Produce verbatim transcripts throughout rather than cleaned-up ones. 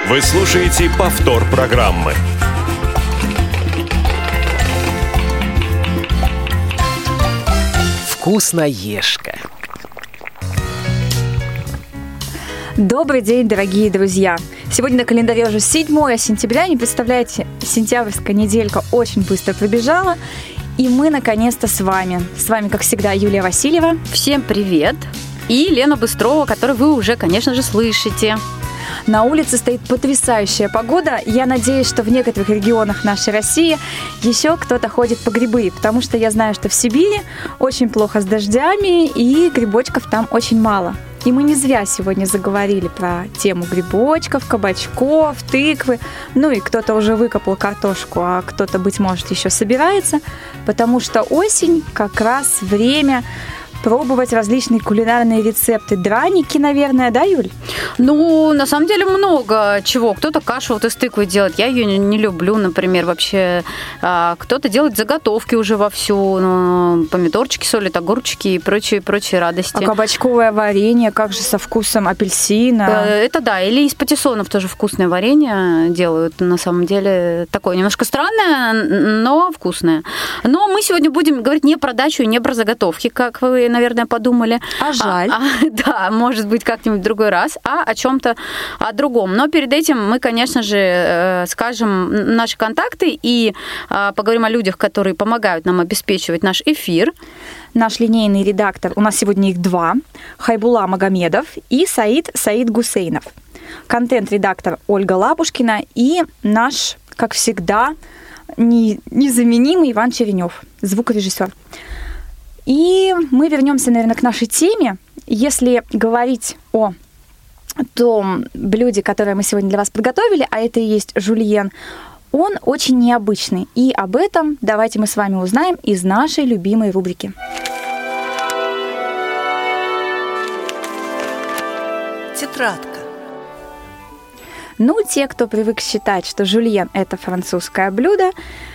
Вы слушаете повтор программы. Вкусноежка. Добрый день, дорогие друзья! Сегодня на календаре уже седьмое сентября. Не представляете, сентябрьская неделька очень быстро пробежала. И мы наконец-то с вами. С вами, как всегда, Юлия Васильева. Всем привет! И Лена Быстрова, которую вы уже, конечно же, слышите. На улице стоит потрясающая погода. Я надеюсь, что в некоторых регионах нашей России еще кто-то ходит по грибы, потому что я знаю, что в Сибири очень плохо с дождями, и грибочков там очень мало. И мы не зря сегодня заговорили про тему грибочков, кабачков, тыквы. Ну и кто-то уже выкопал картошку, а кто-то, быть может, еще собирается, потому что осень как раз время пробовать различные кулинарные рецепты. Драники, наверное, да, Юль? Ну, на самом деле много чего. Кто-то кашу вот из тыквы делает. Я ее не люблю, например, вообще. Кто-то делает заготовки уже вовсю. Ну, помидорчики солят, огурчики и прочие, прочие радости. А кабачковое варенье, как же со вкусом апельсина? Это да. Или из патиссонов тоже вкусное варенье делают. На самом деле такое немножко странное, но вкусное. Но мы сегодня будем говорить не про дачу и не про заготовки, как вы, наверное, подумали. А жаль. А, а, да, может быть, как-нибудь в другой раз, а о чем-то о другом. Но перед этим мы, конечно же, скажем наши контакты и поговорим о людях, которые помогают нам обеспечивать наш эфир. Наш линейный редактор, у нас сегодня их два, Хайбула Магомедов и Саид Саид Гусейнов. Контент-редактор Ольга Лапушкина и наш, как всегда, незаменимый Иван Черенев, звукорежиссер. И мы вернемся, наверное, к нашей теме. Если говорить о том блюде, которое мы сегодня для вас подготовили, а это и есть жульен, он очень необычный. И об этом давайте мы с вами узнаем из нашей любимой рубрики. Тетрадка. Ну, те, кто привык считать, что жульен – это французское блюдо,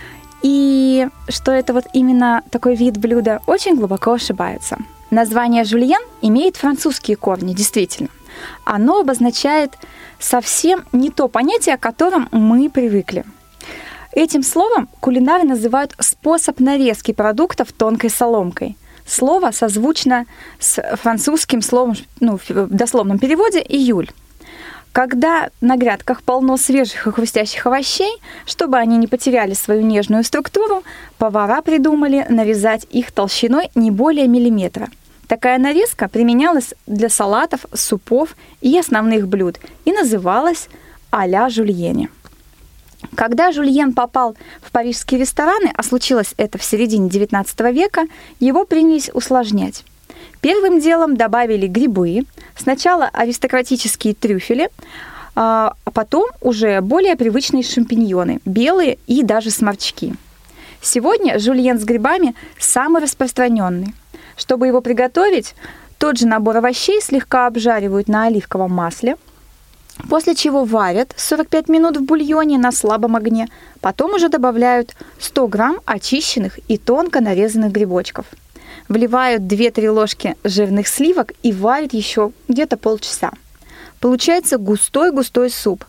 и что это вот именно такой вид блюда, очень глубоко ошибаются. Название жульен имеет французские корни, действительно. Оно обозначает совсем не то понятие, к которому мы привыкли. Этим словом кулинары называют способ нарезки продуктов тонкой соломкой. Слово созвучно с французским словом, ну, в дословном переводе «июль». Когда на грядках полно свежих и хрустящих овощей, чтобы они не потеряли свою нежную структуру, повара придумали нарезать их толщиной не более миллиметра. Такая нарезка применялась для салатов, супов и основных блюд и называлась а-ля жульене. Когда жульен попал в парижские рестораны, а случилось это в середине девятнадцатого века, его принялись усложнять. Первым делом добавили грибы, сначала аристократические трюфели, а потом уже более привычные шампиньоны, белые и даже сморчки. Сегодня жульен с грибами самый распространенный. Чтобы его приготовить, тот же набор овощей слегка обжаривают на оливковом масле, после чего варят сорок пять минут в бульоне на слабом огне, потом уже добавляют сто грамм очищенных и тонко нарезанных грибочков. Вливают две-три ложки жирных сливок и варят еще где-то полчаса. Получается густой-густой суп.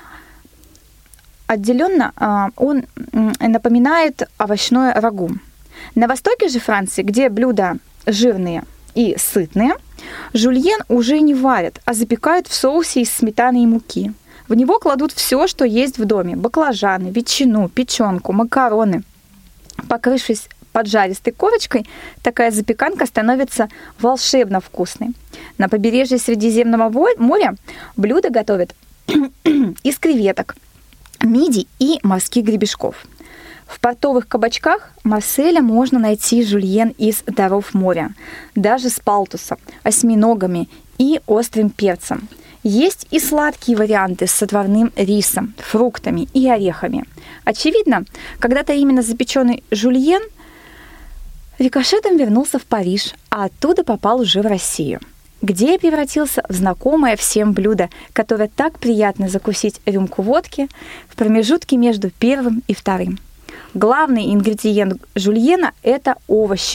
Отделенно он напоминает овощное рагу. На востоке же Франции, где блюда жирные и сытные, жульен уже не варят, а запекают в соусе из сметаны и муки. В него кладут все, что есть в доме: баклажаны, ветчину, печенку, макароны. Покрывшись поджаристой корочкой, такая запеканка становится волшебно вкусной. На побережье Средиземного моря блюда готовят из креветок, мидий и морских гребешков. В портовых кабачках Марселя можно найти жульен из даров моря, даже с палтусом, осьминогами и острым перцем. Есть и сладкие варианты с отварным рисом, фруктами и орехами. Очевидно, когда-то именно запеченный жульен рикошетом вернулся в Париж, а оттуда попал уже в Россию, где превратился в знакомое всем блюдо, которое так приятно закусить рюмку водки в промежутке между первым и вторым. Главный ингредиент жульена – это овощи.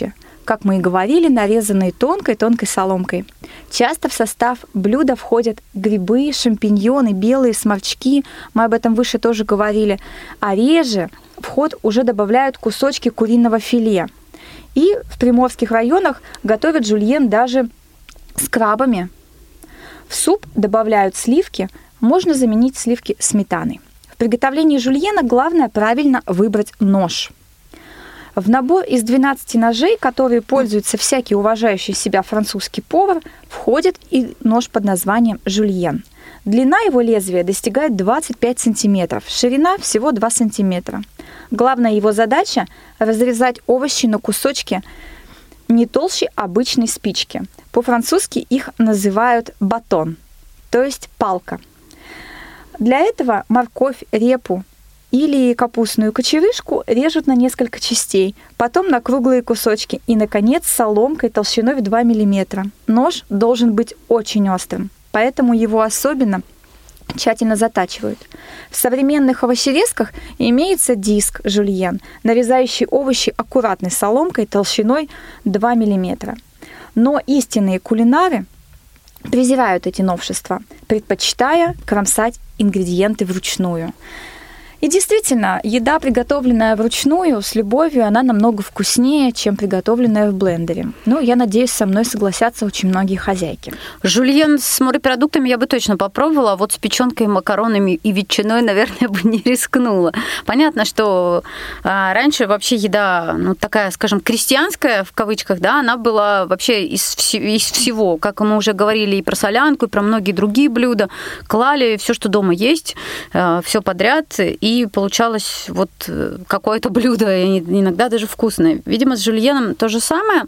как мы и говорили, нарезанные тонкой-тонкой соломкой. Часто в состав блюда входят грибы, шампиньоны, белые сморчки, мы об этом выше тоже говорили, а реже в ход уже добавляют кусочки куриного филе. И в приморских районах готовят жульен даже с крабами. В суп добавляют сливки, можно заменить сливки сметаной. В приготовлении жульена главное правильно выбрать нож. В набор из двенадцати ножей, которые пользуется всякий уважающий себя французский повар, входит и нож под названием жульен. Длина его лезвия достигает двадцать пять сантиметров, ширина всего два сантиметра. Главная его задача – разрезать овощи на кусочки не толще обычной спички. По-французски их называют батон, то есть палка. Для этого морковь, репу или капустную кочерышку режут на несколько частей, потом на круглые кусочки и, наконец, соломкой толщиной в два миллиметра. Нож должен быть очень острым, поэтому его особенно тщательно затачивают. В современных овощерезках имеется диск жульен, нарезающий овощи аккуратной соломкой толщиной два миллиметра. Но истинные кулинары презирают эти новшества, предпочитая кромсать ингредиенты вручную. И действительно, еда, приготовленная вручную, с любовью, она намного вкуснее, чем приготовленная в блендере. Ну, я надеюсь, со мной согласятся очень многие хозяйки. Жульен с морепродуктами я бы точно попробовала, а вот с печенкой, макаронами и ветчиной, наверное, бы не рискнула. Понятно, что а, раньше вообще еда, ну, такая, скажем, крестьянская, в кавычках, да, она была вообще из, вс- из всего. Как мы уже говорили и про солянку, и про многие другие блюда. Клали все, что дома есть, а, все подряд, и И получалось вот какое-то блюдо, иногда даже вкусное. Видимо, с жульеном то же самое.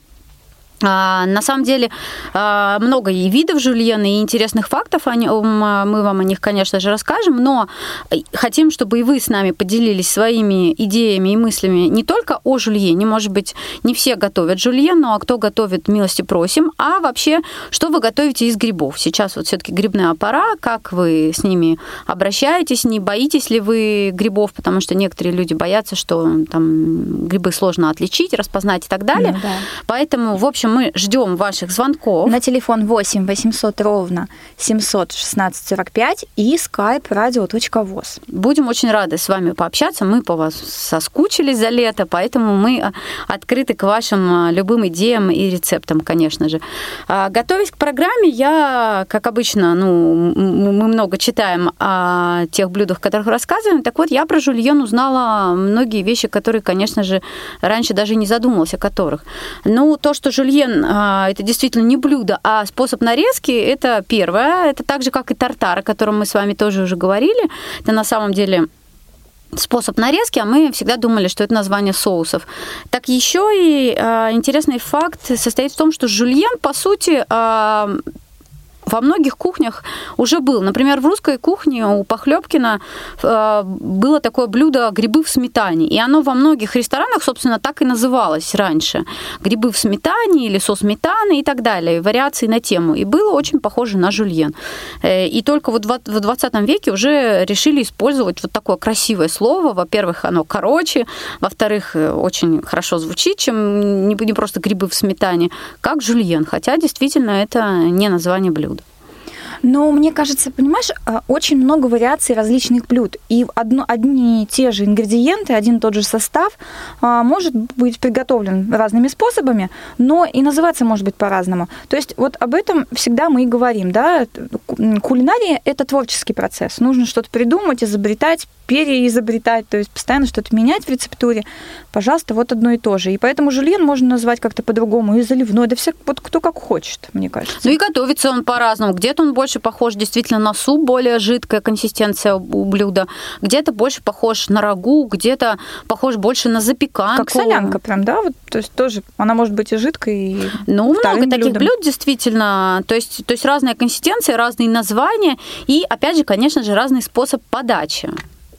На самом деле много и видов жульена, и интересных фактов, мы вам о них, конечно же, расскажем, но хотим, чтобы и вы с нами поделились своими идеями и мыслями не только о жульене, может быть, не все готовят жульен, но а кто готовит, милости просим, а вообще, что вы готовите из грибов. Сейчас вот все-таки грибная пора, как вы с ними обращаетесь, не боитесь ли вы грибов, потому что некоторые люди боятся, что там грибы сложно отличить, распознать и так далее. Ну, да. Поэтому, в общем, мы ждем ваших звонков. На телефон восемь восемьсот ровно семьсот шестнадцать сорок пять и skype radio.voz. Будем очень рады с вами пообщаться. Мы по вас соскучились за лето, поэтому мы открыты к вашим любым идеям и рецептам, конечно же. Готовясь к программе, я, как обычно, ну, мы много читаем о тех блюдах, о которых рассказываем. Так вот, я про жульен узнала многие вещи, которые, конечно же, раньше даже не задумывалась о которых. Ну, то, что жульен это действительно не блюдо, а способ нарезки, это первое. Это так же, как и тартар, о котором мы с вами тоже уже говорили. Это на самом деле способ нарезки, а мы всегда думали, что это название соусов. Так еще и интересный факт состоит в том, что жульен, по сути, во многих кухнях уже был. Например, в русской кухне у Похлёбкина было такое блюдо грибы в сметане. И оно во многих ресторанах, собственно, так и называлось раньше. Грибы в сметане или со сметаны и так далее. Вариации на тему. И было очень похоже на жульен. И только вот в двадцатом веке уже решили использовать вот такое красивое слово. Во-первых, оно короче. Во-вторых, очень хорошо звучит, чем не просто грибы в сметане, как жульен. Хотя, действительно, это не название блюда. Но мне кажется, понимаешь, очень много вариаций различных блюд. И одно, одни и те же ингредиенты, один и тот же состав может быть приготовлен разными способами, но и называться может быть по-разному. То есть вот об этом всегда мы и говорим, да. Кулинария – это творческий процесс. Нужно что-то придумать, изобретать, переизобретать, то есть постоянно что-то менять в рецептуре. Пожалуйста, вот одно и то же. И поэтому жульен можно назвать как-то по-другому, и заливной, да все, вот кто как хочет, мне кажется. Ну и готовится он по-разному. Где-то он больше похож действительно на суп, более жидкая консистенция у блюда, где-то больше похож на рагу, где-то похож больше на запеканку. Как солянка прям, да? Вот, то есть тоже она может быть и жидкой, и ну, много таких блюдом. Блюд, действительно. То есть, то есть разная консистенция, разные названия и, опять же, конечно же, разный способ подачи.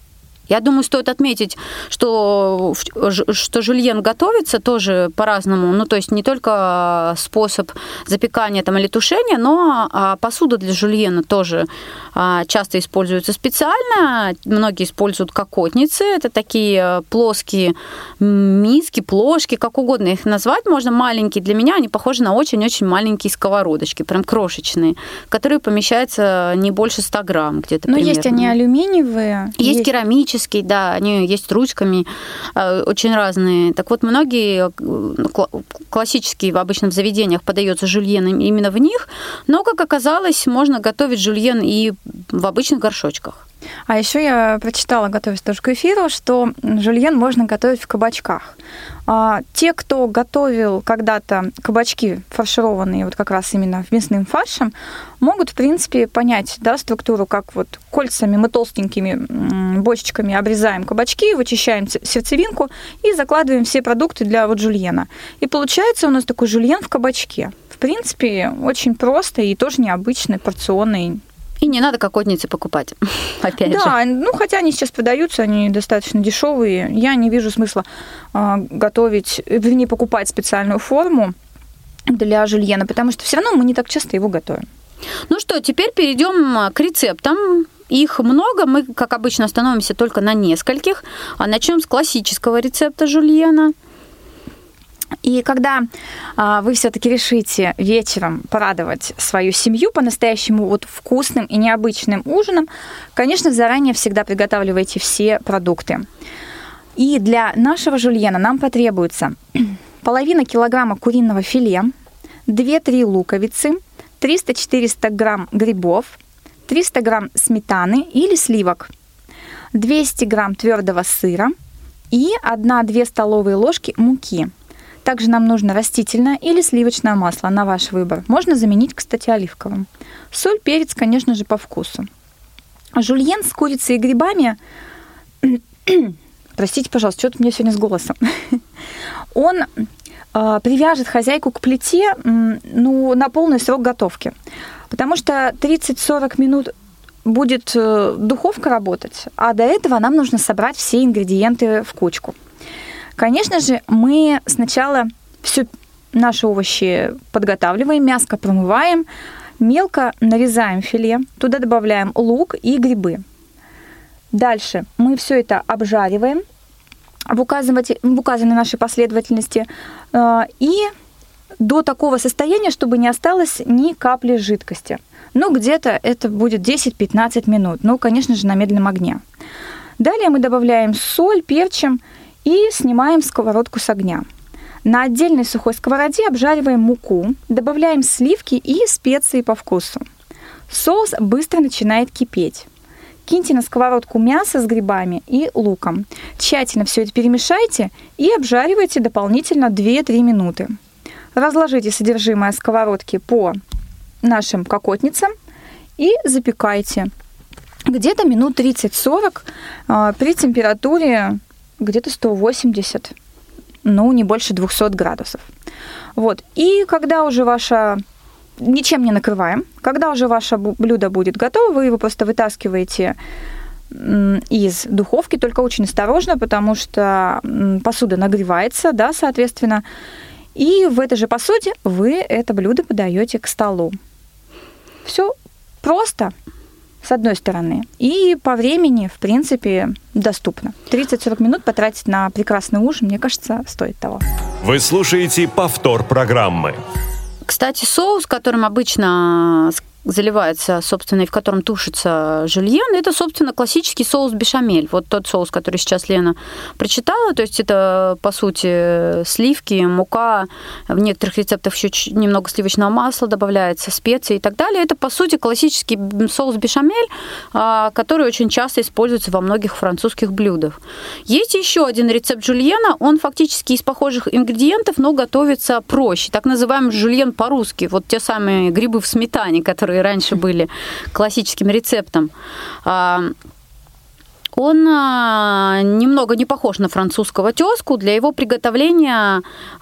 Я думаю, стоит отметить, что, что жульен готовится тоже по-разному. Ну, то есть не только способ запекания там, или тушения, но посуда для жульена тоже часто используется специально. Многие используют кокотницы. Это такие плоские миски, плошки, как угодно их назвать можно. Маленькие. Для меня они похожи на очень-очень маленькие сковородочки, прям крошечные, которые помещаются не больше ста грамм где-то. Но примерно. Есть они алюминиевые. Есть, есть керамические. Да, они есть ручками, очень разные. Так вот, многие классические обычно в заведениях подается жульен именно в них, но, как оказалось, можно готовить жульен и в обычных горшочках. А еще я прочитала, готовясь тоже к эфиру, что жульен можно готовить в кабачках. А те, кто готовил когда-то кабачки, фаршированные вот как раз именно мясным фаршем, могут, в принципе, понять, да, структуру, как вот кольцами мы толстенькими бочечками обрезаем кабачки, вычищаем сердцевинку и закладываем все продукты для вот жульена. И получается у нас такой жульен в кабачке. В принципе, очень просто и тоже необычный, порционный. И не надо кокотницы покупать, опять да, же. Да, ну хотя они сейчас продаются, они достаточно дешевые. Я не вижу смысла э, готовить, вернее, покупать специальную форму для жульена, потому что все равно мы не так часто его готовим. Ну что, теперь перейдем к рецептам. Их много, мы, как обычно, остановимся только на нескольких. А начнем с классического рецепта жульена. И когда а, вы все-таки решите вечером порадовать свою семью по-настоящему вот вкусным и необычным ужином, конечно, заранее всегда приготавливайте все продукты. И для нашего жульена нам потребуется половина килограмма куриного филе, две-три луковицы, триста-четыреста грамм грибов, триста грамм сметаны или сливок, двести грамм твердого сыра и одна-две столовые ложки муки. Также нам нужно растительное или сливочное масло, на ваш выбор. Можно заменить, кстати, оливковым. Соль, перец, конечно же, по вкусу. Жульен с курицей и грибами, простите, пожалуйста, что-то у меня сегодня с голосом, он э, привяжет хозяйку к плите ну, на полный срок готовки. Потому что тридцать-сорок минут будет э, духовка работать, а до этого нам нужно собрать все ингредиенты в кучку. Конечно же, мы сначала все наши овощи подготавливаем, мяско промываем, мелко нарезаем филе, туда добавляем лук и грибы. Дальше мы все это обжариваем в указанной нашей последовательности и до такого состояния, чтобы не осталось ни капли жидкости. Ну, где-то это будет десять-пятнадцать минут, ну, конечно же, на медленном огне. Далее мы добавляем соль, перчим и снимаем сковородку с огня. На отдельной сухой сковороде обжариваем муку, добавляем сливки и специи по вкусу. Соус быстро начинает кипеть. Киньте на сковородку мясо с грибами и луком. Тщательно все это перемешайте и обжаривайте дополнительно две-три минуты. Разложите содержимое сковородки по нашим кокотницам и запекайте где-то минут тридцать-сорок при температуре где-то сто восемьдесят, ну, не больше двухсот градусов. Вот. И когда уже ваша... Ничем не накрываем. Когда уже ваше блюдо будет готово, вы его просто вытаскиваете из духовки, только очень осторожно, потому что посуда нагревается, да, соответственно. И в этой же посуде вы это блюдо подаете к столу. Все просто, с одной стороны. И по времени, в принципе, доступно. тридцать-сорок минут потратить на прекрасный ужин, мне кажется, стоит того. Вы слушаете повтор программы. Кстати, соус, которым обычно заливается, собственно, и в котором тушится жульен, это, собственно, классический соус бешамель. Вот тот соус, который сейчас Лена прочитала, то есть это, по сути, сливки, мука, в некоторых рецептах еще немного сливочного масла добавляется, специи и так далее. Это, по сути, классический соус бешамель, который очень часто используется во многих французских блюдах. Есть еще один рецепт жульена, он фактически из похожих ингредиентов, но готовится проще, так называемый жульен по-русски. Вот те самые грибы в сметане, которые раньше были классическим рецептом. Он а, немного не похож на французского тёзку. Для его приготовления,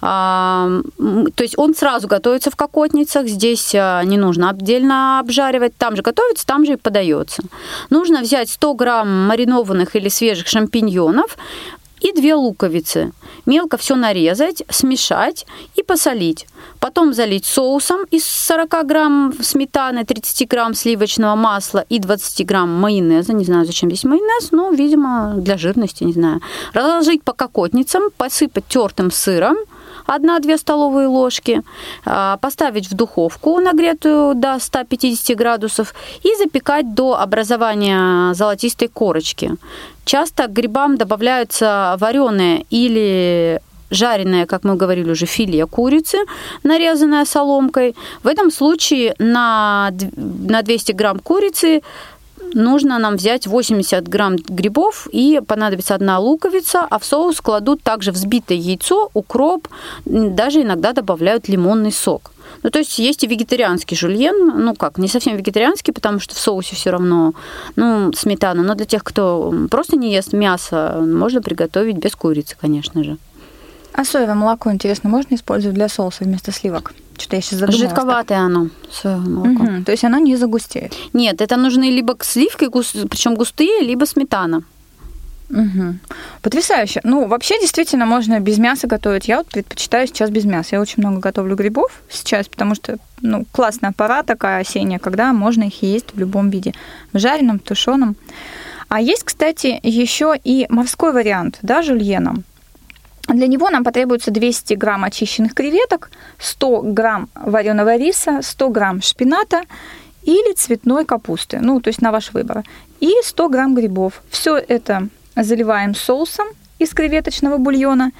а, то есть он сразу готовится в кокотницах, здесь а, не нужно отдельно обжаривать, там же готовится, там же и подается. Нужно взять сто грамм маринованных или свежих шампиньонов и две луковицы. Мелко все нарезать, смешать и посолить. Потом залить соусом из сорок грамм сметаны, тридцать грамм сливочного масла и двадцать грамм майонеза. Не знаю, зачем здесь майонез, но, видимо, для жирности, не знаю. Разложить по кокотницам, посыпать тертым сыром, одна-две столовые ложки, поставить в духовку, нагретую до ста пятидесяти градусов, и запекать до образования золотистой корочки. Часто к грибам добавляются вареные или жареное, как мы говорили уже, филе курицы, нарезанное соломкой. В этом случае на двести грамм курицы нужно нам взять восемьдесят грамм грибов, и понадобится одна луковица, а в соус кладут также взбитое яйцо, укроп, даже иногда добавляют лимонный сок. Ну, то есть есть и вегетарианский жульен, ну как, не совсем вегетарианский, потому что в соусе все равно, ну, сметана, но для тех, кто просто не ест мясо, можно приготовить без курицы, конечно же. А соевое молоко, интересно, можно использовать для соуса вместо сливок? Что-то я сейчас задумалась. Жидковатое так. Оно, соевое молоко. Угу, то есть оно не загустеет? Нет, это нужны либо сливки, причем густые, либо сметана. Угу. Потрясающе. Ну, вообще, действительно, можно без мяса готовить. Я вот предпочитаю сейчас без мяса. Я очень много готовлю грибов сейчас, потому что, ну, классная пора такая осенняя, когда можно их есть в любом виде. В жареном, тушеном. А есть, кстати, еще и морской вариант, да, жульена. Для него нам потребуется двести грамм очищенных креветок, сто грамм вареного риса, сто грамм шпината или цветной капусты, ну, то есть на ваш выбор, и сто грамм грибов. Все это заливаем соусом из креветочного бульона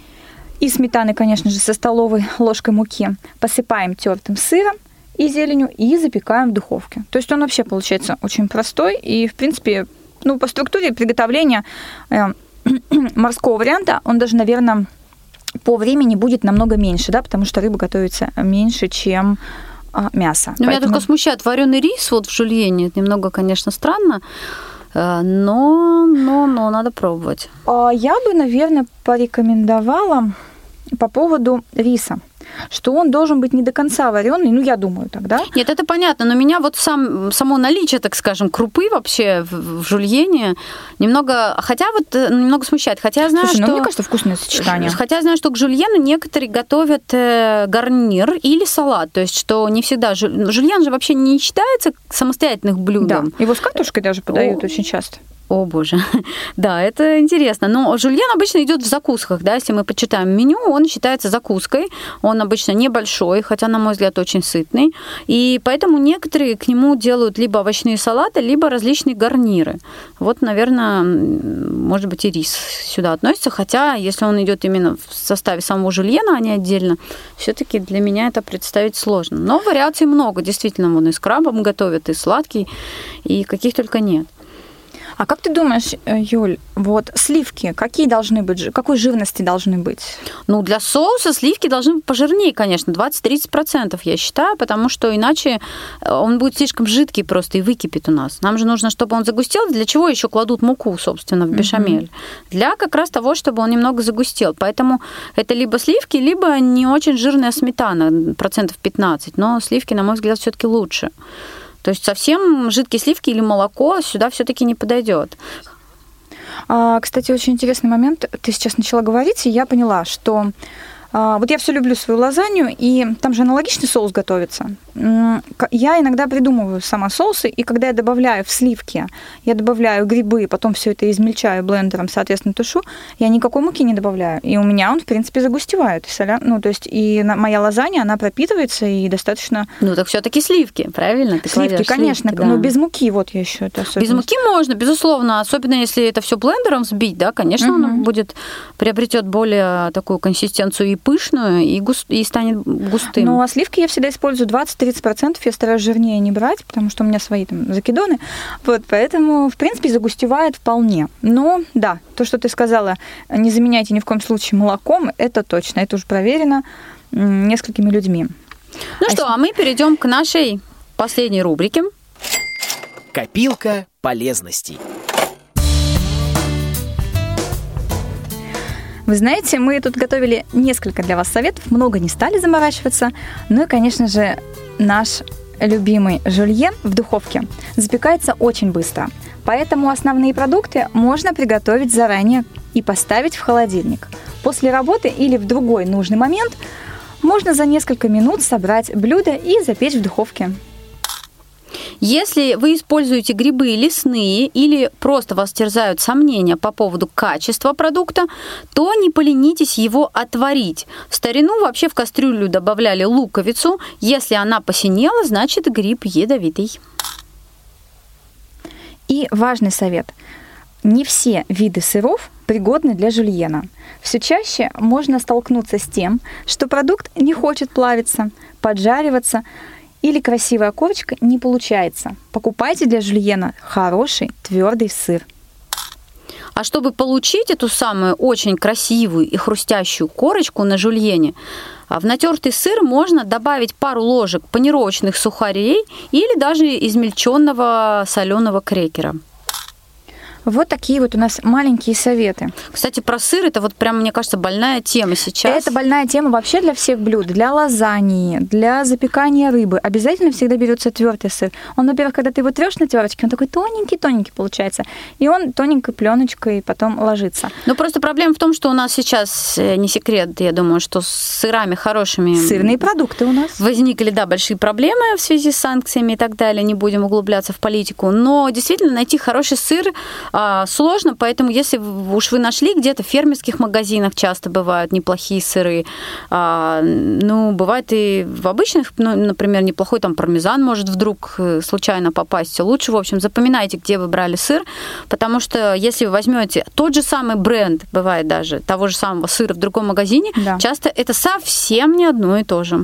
и сметаны, конечно же, со столовой ложкой муки. Посыпаем тертым сыром и зеленью и запекаем в духовке. То есть он вообще получается очень простой и, в принципе, ну, по структуре приготовления э, морского варианта он даже, наверное, по времени будет намного меньше, да, потому что рыба готовится меньше, чем а, мясо. Но Поэтому... Меня только смущает вареный рис вот в жульене. Это немного, конечно, странно, но, но, но надо пробовать. Я бы, наверное, порекомендовала по поводу риса, что он должен быть не до конца вареный, ну, я думаю, тогда. Нет, это понятно, но меня вот сам, само наличие, так скажем, крупы вообще в, в жульене немного, хотя вот немного смущает, хотя я знаю, Слушай, что... ну, мне кажется, вкусное сочетание. Хотя я знаю, что к жульену некоторые готовят гарнир или салат, то есть что не всегда... Жульен же вообще не считается самостоятельным блюдом. Да, его с картошкой даже подают О. очень часто. О, боже. Да, это интересно. Но жульен обычно идет в закусках, да, если мы почитаем меню, он считается закуской. Он обычно небольшой, хотя, на мой взгляд, очень сытный. И поэтому некоторые к нему делают либо овощные салаты, либо различные гарниры. Вот, наверное, может быть, и рис сюда относится. Хотя, если он идет именно в составе самого жульена, а не отдельно, все-таки для меня это представить сложно. Но вариаций много. Действительно, он и с крабом готовят, и сладкий, и каких только нет. А как ты думаешь, Юль, вот сливки какие должны быть, какой жирности должны быть? Ну, для соуса сливки должны быть пожирнее, конечно, двадцать-тридцать процентов, я считаю, потому что иначе он будет слишком жидкий просто и выкипит у нас. Нам же нужно, чтобы он загустел. Для чего еще кладут муку, собственно, в бешамель? Mm-hmm. Для как раз того, чтобы он немного загустел. Поэтому это либо сливки, либо не очень жирная сметана, процентов пятнадцать. Но сливки, на мой взгляд, все-таки лучше. То есть совсем жидкие сливки или молоко сюда все-таки не подойдет. А, кстати, очень интересный момент. Ты сейчас начала говорить, и я поняла, что а, вот я все люблю свою лазанью, и там же аналогичный соус готовится. Я иногда придумываю сама соусы, и когда я добавляю в сливки, я добавляю грибы, потом все это измельчаю блендером, соответственно, тушу, я никакой муки не добавляю. И у меня он, в принципе, загустевает. Соля... Ну, то есть и моя лазанья, она пропитывается и достаточно... Ну, так все-таки сливки, правильно? Ты сливки, конечно, сливки, да. Но без муки, вот я еще это особенно. Без муки можно, безусловно, особенно если это все блендером взбить, да, конечно, угу. Он будет, приобретет более такую консистенцию и пышную, и, густ... и станет густым. Ну, а сливки я всегда использую двадцать-тридцать процентов, я стараюсь жирнее не брать, потому что у меня свои там закидоны. Вот, поэтому, в принципе, загустевает вполне. Но, да, то, что ты сказала, не заменяйте ни в коем случае молоком, это точно, это уже проверено несколькими людьми. Ну а что, с... а мы перейдем к нашей последней рубрике. Копилка полезностей. Вы знаете, мы тут готовили несколько для вас советов, много не стали заморачиваться. Ну и, конечно же, наш любимый жульен в духовке запекается очень быстро. Поэтому основные продукты можно приготовить заранее и поставить в холодильник. После работы или в другой нужный момент можно за несколько минут собрать блюдо и запечь в духовке. Если вы используете грибы лесные или просто вас терзают сомнения по поводу качества продукта, то не поленитесь его отварить. В старину вообще в кастрюлю добавляли луковицу. Если она посинела, значит гриб ядовитый. И важный совет. Не все виды сыров пригодны для жульена. Все чаще можно столкнуться с тем, что продукт не хочет плавиться, поджариваться, или красивая корочка не получается. Покупайте для жульена хороший твердый сыр. А чтобы получить эту самую очень красивую и хрустящую корочку на жульене, в натертый сыр можно добавить пару ложек панировочных сухарей или даже измельченного соленого крекера. Вот такие вот у нас маленькие советы. Кстати, про сыр это вот прям, мне кажется, больная тема сейчас. Это больная тема вообще для всех блюд. Для лазаньи, для запекания рыбы. Обязательно всегда берется твердый сыр. Он, во-первых, когда ты его трешь на терочке, он такой тоненький-тоненький получается. И он тоненькой пленочкой потом ложится. Ну, просто проблема в том, что у нас сейчас, не секрет, я думаю, что с сырами хорошими... Сырные продукты у нас. Возникли, да, большие проблемы в связи с санкциями и так далее. Не будем углубляться в политику. Но действительно найти хороший сыр сложно, поэтому если уж вы нашли где-то в фермерских магазинах, часто бывают неплохие сыры, ну, бывает и в обычных, ну, например, неплохой там пармезан может вдруг случайно попасть. Лучше, в общем, запоминайте, где вы брали сыр, потому что если вы возьмете тот же самый бренд, бывает даже, того же самого сыра в другом магазине, да, часто это совсем не одно и то же.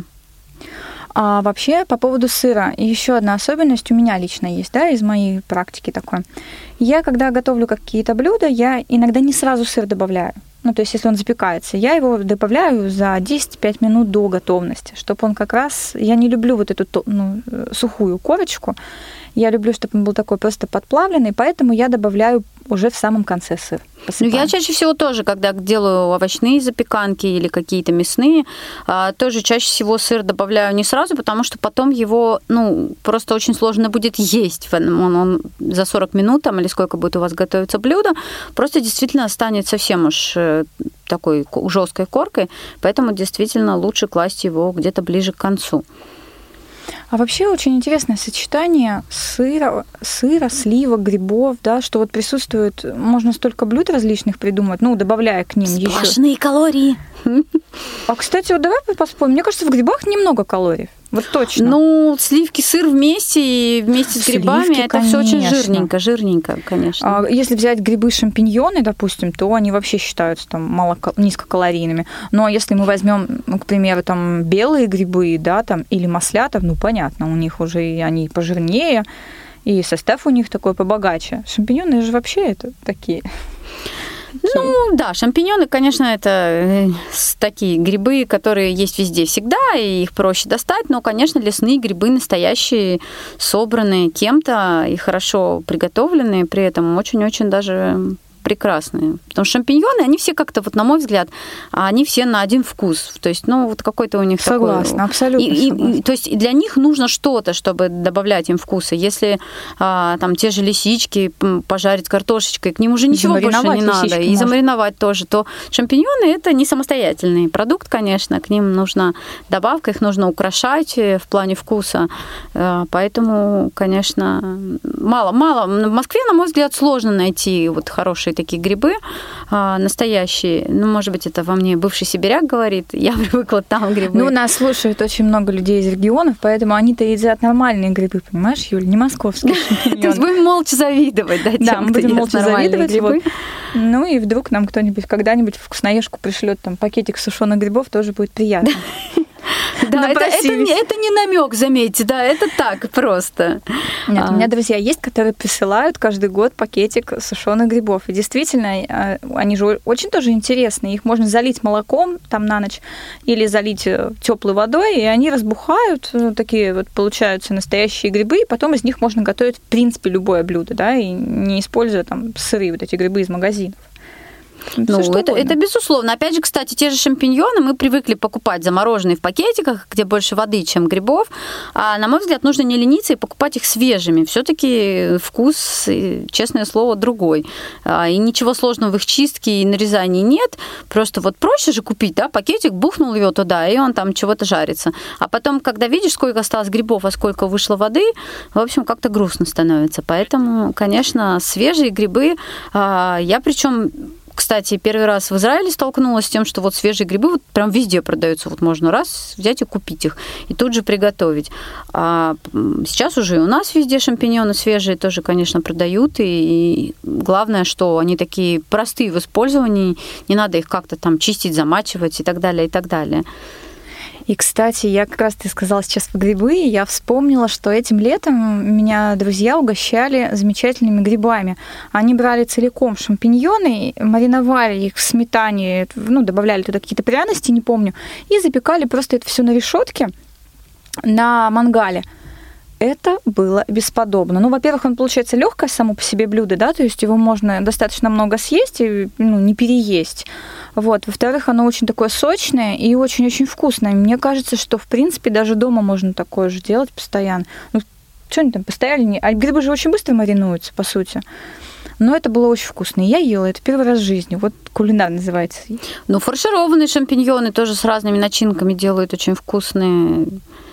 А вообще, по поводу сыра, еще одна особенность у меня лично есть, да, из моей практики такой. Я, когда готовлю какие-то блюда, я иногда не сразу сыр добавляю. Ну, то есть, если он запекается, я его добавляю за десять-пять минут до готовности, чтобы он как раз... Я не люблю вот эту, ну, сухую корочку, я люблю, чтобы он был такой просто подплавленный, поэтому я добавляю уже в самом конце сыр. Ну, я чаще всего тоже, когда делаю овощные запеканки или какие-то мясные, тоже чаще всего сыр добавляю не сразу, потому что потом его, ну, просто очень сложно будет есть. Он, он за сорок минут там, или сколько будет у вас готовиться блюдо, просто действительно станет совсем уж такой жесткой коркой, поэтому действительно лучше класть его где-то ближе к концу. А вообще очень интересное сочетание сыра, сыра, сливок, грибов, да, что вот присутствует, можно столько блюд различных придумать, ну, добавляя к ним еще. Сплошные калории. А, кстати, вот давай поспорим, мне кажется, в грибах немного калорий. Вот точно. Ну, сливки, сыр вместе и вместе с грибами, сливки, это все очень жирненько, жирненько, конечно. А если взять грибы, шампиньоны, допустим, то они вообще считаются там мало низкокалорийными. Но если мы возьмем, ну, к примеру, там белые грибы, да, там или маслята, ну понятно, у них уже и они пожирнее, и состав у них такой побогаче. Шампиньоны же вообще это такие. Ну, да, шампиньоны, конечно, это такие грибы, которые есть везде всегда, и их проще достать, но, конечно, лесные грибы настоящие, собранные кем-то и хорошо приготовленные, при этом очень-очень даже прекрасные. Потому что шампиньоны, они все как-то, вот на мой взгляд, они все на один вкус. То есть, ну, вот какой-то у них согласна, такой... Абсолютно и, согласна. И, то есть для них нужно что-то, чтобы добавлять им вкуса. Если а, там те же лисички пожарить картошечкой, к ним уже ничего больше не надо. И замариновать тоже. То шампиньоны – это не самостоятельный продукт, конечно. К ним нужна добавка, их нужно украшать в плане вкуса. Поэтому, конечно, мало-мало. В Москве, на мой взгляд, сложно найти вот хорошие такие грибы а, настоящие. Ну, может быть, это во мне бывший сибиряк говорит. Я привыкла там грибы. Ну, нас слушают очень много людей из регионов, поэтому они-то едят нормальные грибы, понимаешь, Юль, не московские шампиньоны. То есть будем молча завидовать, да, тем, да, мы будем молча завидовать. Грибы. Вот. Ну, и вдруг нам кто-нибудь когда-нибудь в вкусноежку пришлет там пакетик сушеных грибов, тоже будет приятно. Да, это, это, не, это не намек, заметьте, да, это так просто. Нет, у меня друзья есть, которые присылают каждый год пакетик сушеных грибов. И действительно, они же очень тоже интересные. Их можно залить молоком там на ночь или залить теплой водой, и они разбухают, такие вот получаются настоящие грибы, и потом из них можно готовить, в принципе, любое блюдо, да, и не используя там сырые вот эти грибы из магазинов. Ну, это, это безусловно. Опять же, кстати, те же шампиньоны мы привыкли покупать замороженные в пакетиках, где больше воды, чем грибов. А, на мой взгляд, нужно не лениться и покупать их свежими. Все-таки вкус, честное слово, другой. А, и ничего сложного в их чистке и нарезании нет. Просто вот проще же купить, да, пакетик, бухнул его туда, и он там чего-то жарится. А потом, когда видишь, сколько осталось грибов, а сколько вышло воды, в общем, как-то грустно становится. Поэтому, конечно, свежие грибы. А, я причем... Кстати, первый раз в Израиле столкнулась с тем, что вот свежие грибы вот прям везде продаются. Вот можно раз взять и купить их, и тут же приготовить. А сейчас уже и у нас везде шампиньоны свежие тоже, конечно, продают. И главное, что они такие простые в использовании, не надо их как-то там чистить, замачивать и так далее, и так далее. И, кстати, я как раз, ты сказала сейчас про грибы, и я вспомнила, что этим летом меня друзья угощали замечательными грибами. Они брали целиком шампиньоны, мариновали их в сметане, ну, добавляли туда какие-то пряности, не помню, и запекали просто это все на решетке на мангале. Это было бесподобно. Ну, во-первых, он, получается, легкое само по себе блюдо, да, то есть его можно достаточно много съесть и, ну, не переесть. Вот. Во-вторых, оно очень такое сочное и очень-очень вкусное. Мне кажется, что, в принципе, даже дома можно такое же делать постоянно. Ну, что они там постояли? А грибы же очень быстро маринуются, по сути. Но это было очень вкусно. Я ела это первый раз в жизни. Вот кулинар называется. Ну, фаршированные шампиньоны тоже с разными начинками делают очень вкусные.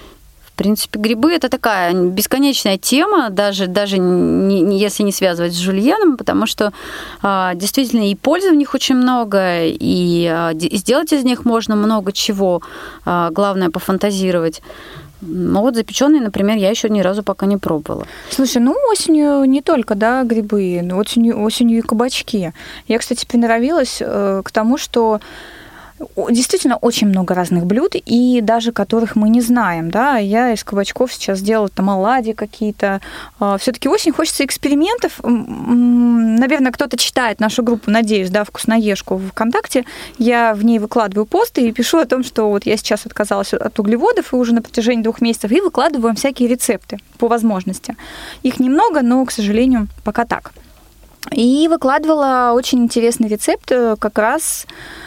В принципе, грибы – это такая бесконечная тема, даже, даже не, не, если не связывать с жульеном, потому что а, действительно и пользы в них очень много, и, а, и сделать из них можно много чего. А, главное – пофантазировать. Ну вот запеченные, например, я еще ни разу пока не пробовала. Слушай, ну осенью не только, да, грибы, осенью, осенью и кабачки. Я, кстати, приноровилась э, к тому, что действительно очень много разных блюд, и даже которых мы не знаем, да, я из кабачков сейчас делала там оладьи какие-то. Все-таки осень, хочется экспериментов. Наверное, кто-то читает нашу группу, надеюсь, да, «Вкусноежку» в ВКонтакте. Я в ней выкладываю посты и пишу о том, что вот я сейчас отказалась от углеводов и уже на протяжении двух месяцев, и выкладываем всякие рецепты по возможности. Их немного, но, к сожалению, пока так. И выкладывала очень интересный рецепт как раз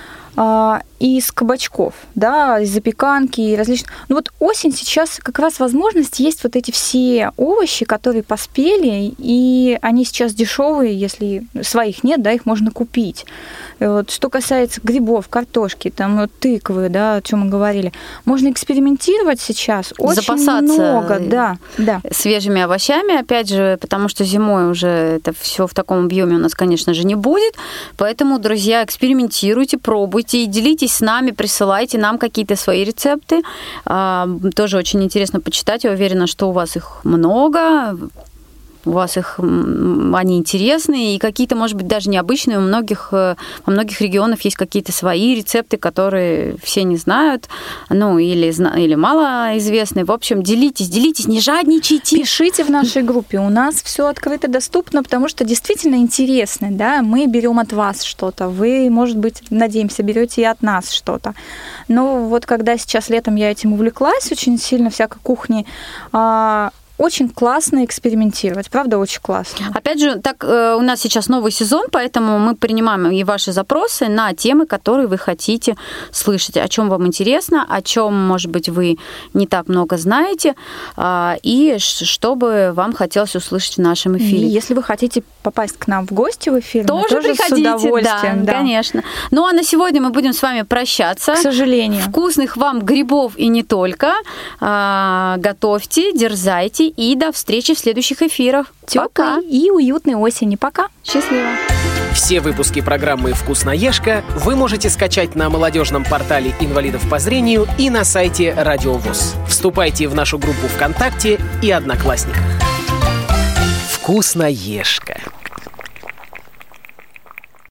из кабачков, да, из запеканки и различных. Ну вот осень сейчас как раз возможность есть вот эти все овощи, которые поспели, и они сейчас дешевые, если своих нет, да, их можно купить. Вот, что касается грибов, картошки, там вот, тыквы, да, о чем мы говорили, можно экспериментировать сейчас очень запасаться много, да, да. свежими овощами, опять же, потому что зимой уже это все в таком объеме у нас, конечно же, не будет, поэтому, друзья, экспериментируйте, пробуйте и делитесь с нами, присылайте нам какие-то свои рецепты. Тоже очень интересно почитать. Я уверена, что у вас их много, у вас их, они интересные, и какие-то, может быть, даже необычные. У многих, во многих регионах есть какие-то свои рецепты, которые все не знают, ну, или, или мало известны. В общем, делитесь, делитесь, не жадничайте. Пишите в нашей группе. У нас все открыто, доступно, потому что действительно интересно, да, мы берем от вас что-то, вы, может быть, надеемся, берете и от нас что-то. Но вот когда сейчас летом я этим увлеклась очень сильно, всякой кухни, очень классно экспериментировать, правда, очень классно. Опять же, так у нас сейчас новый сезон, поэтому мы принимаем и ваши запросы на темы, которые вы хотите слышать, о чем вам интересно, о чем, может быть, вы не так много знаете, и что бы вам хотелось услышать в нашем эфире. И если вы хотите попасть к нам в гости в эфир, тоже, тоже приходите, с удовольствием. Да, да, конечно. Ну, а на сегодня мы будем с вами прощаться. К сожалению. Вкусных вам грибов и не только. Готовьте, дерзайте. И до встречи в следующих эфирах. Пока. И уютной осени. Пока. Счастливо. Все выпуски программы «Вкусноежка» вы можете скачать на молодежном портале инвалидов по зрению и на сайте Радио ВОС. Вступайте в нашу группу ВКонтакте и Одноклассниках. «Вкусноежка».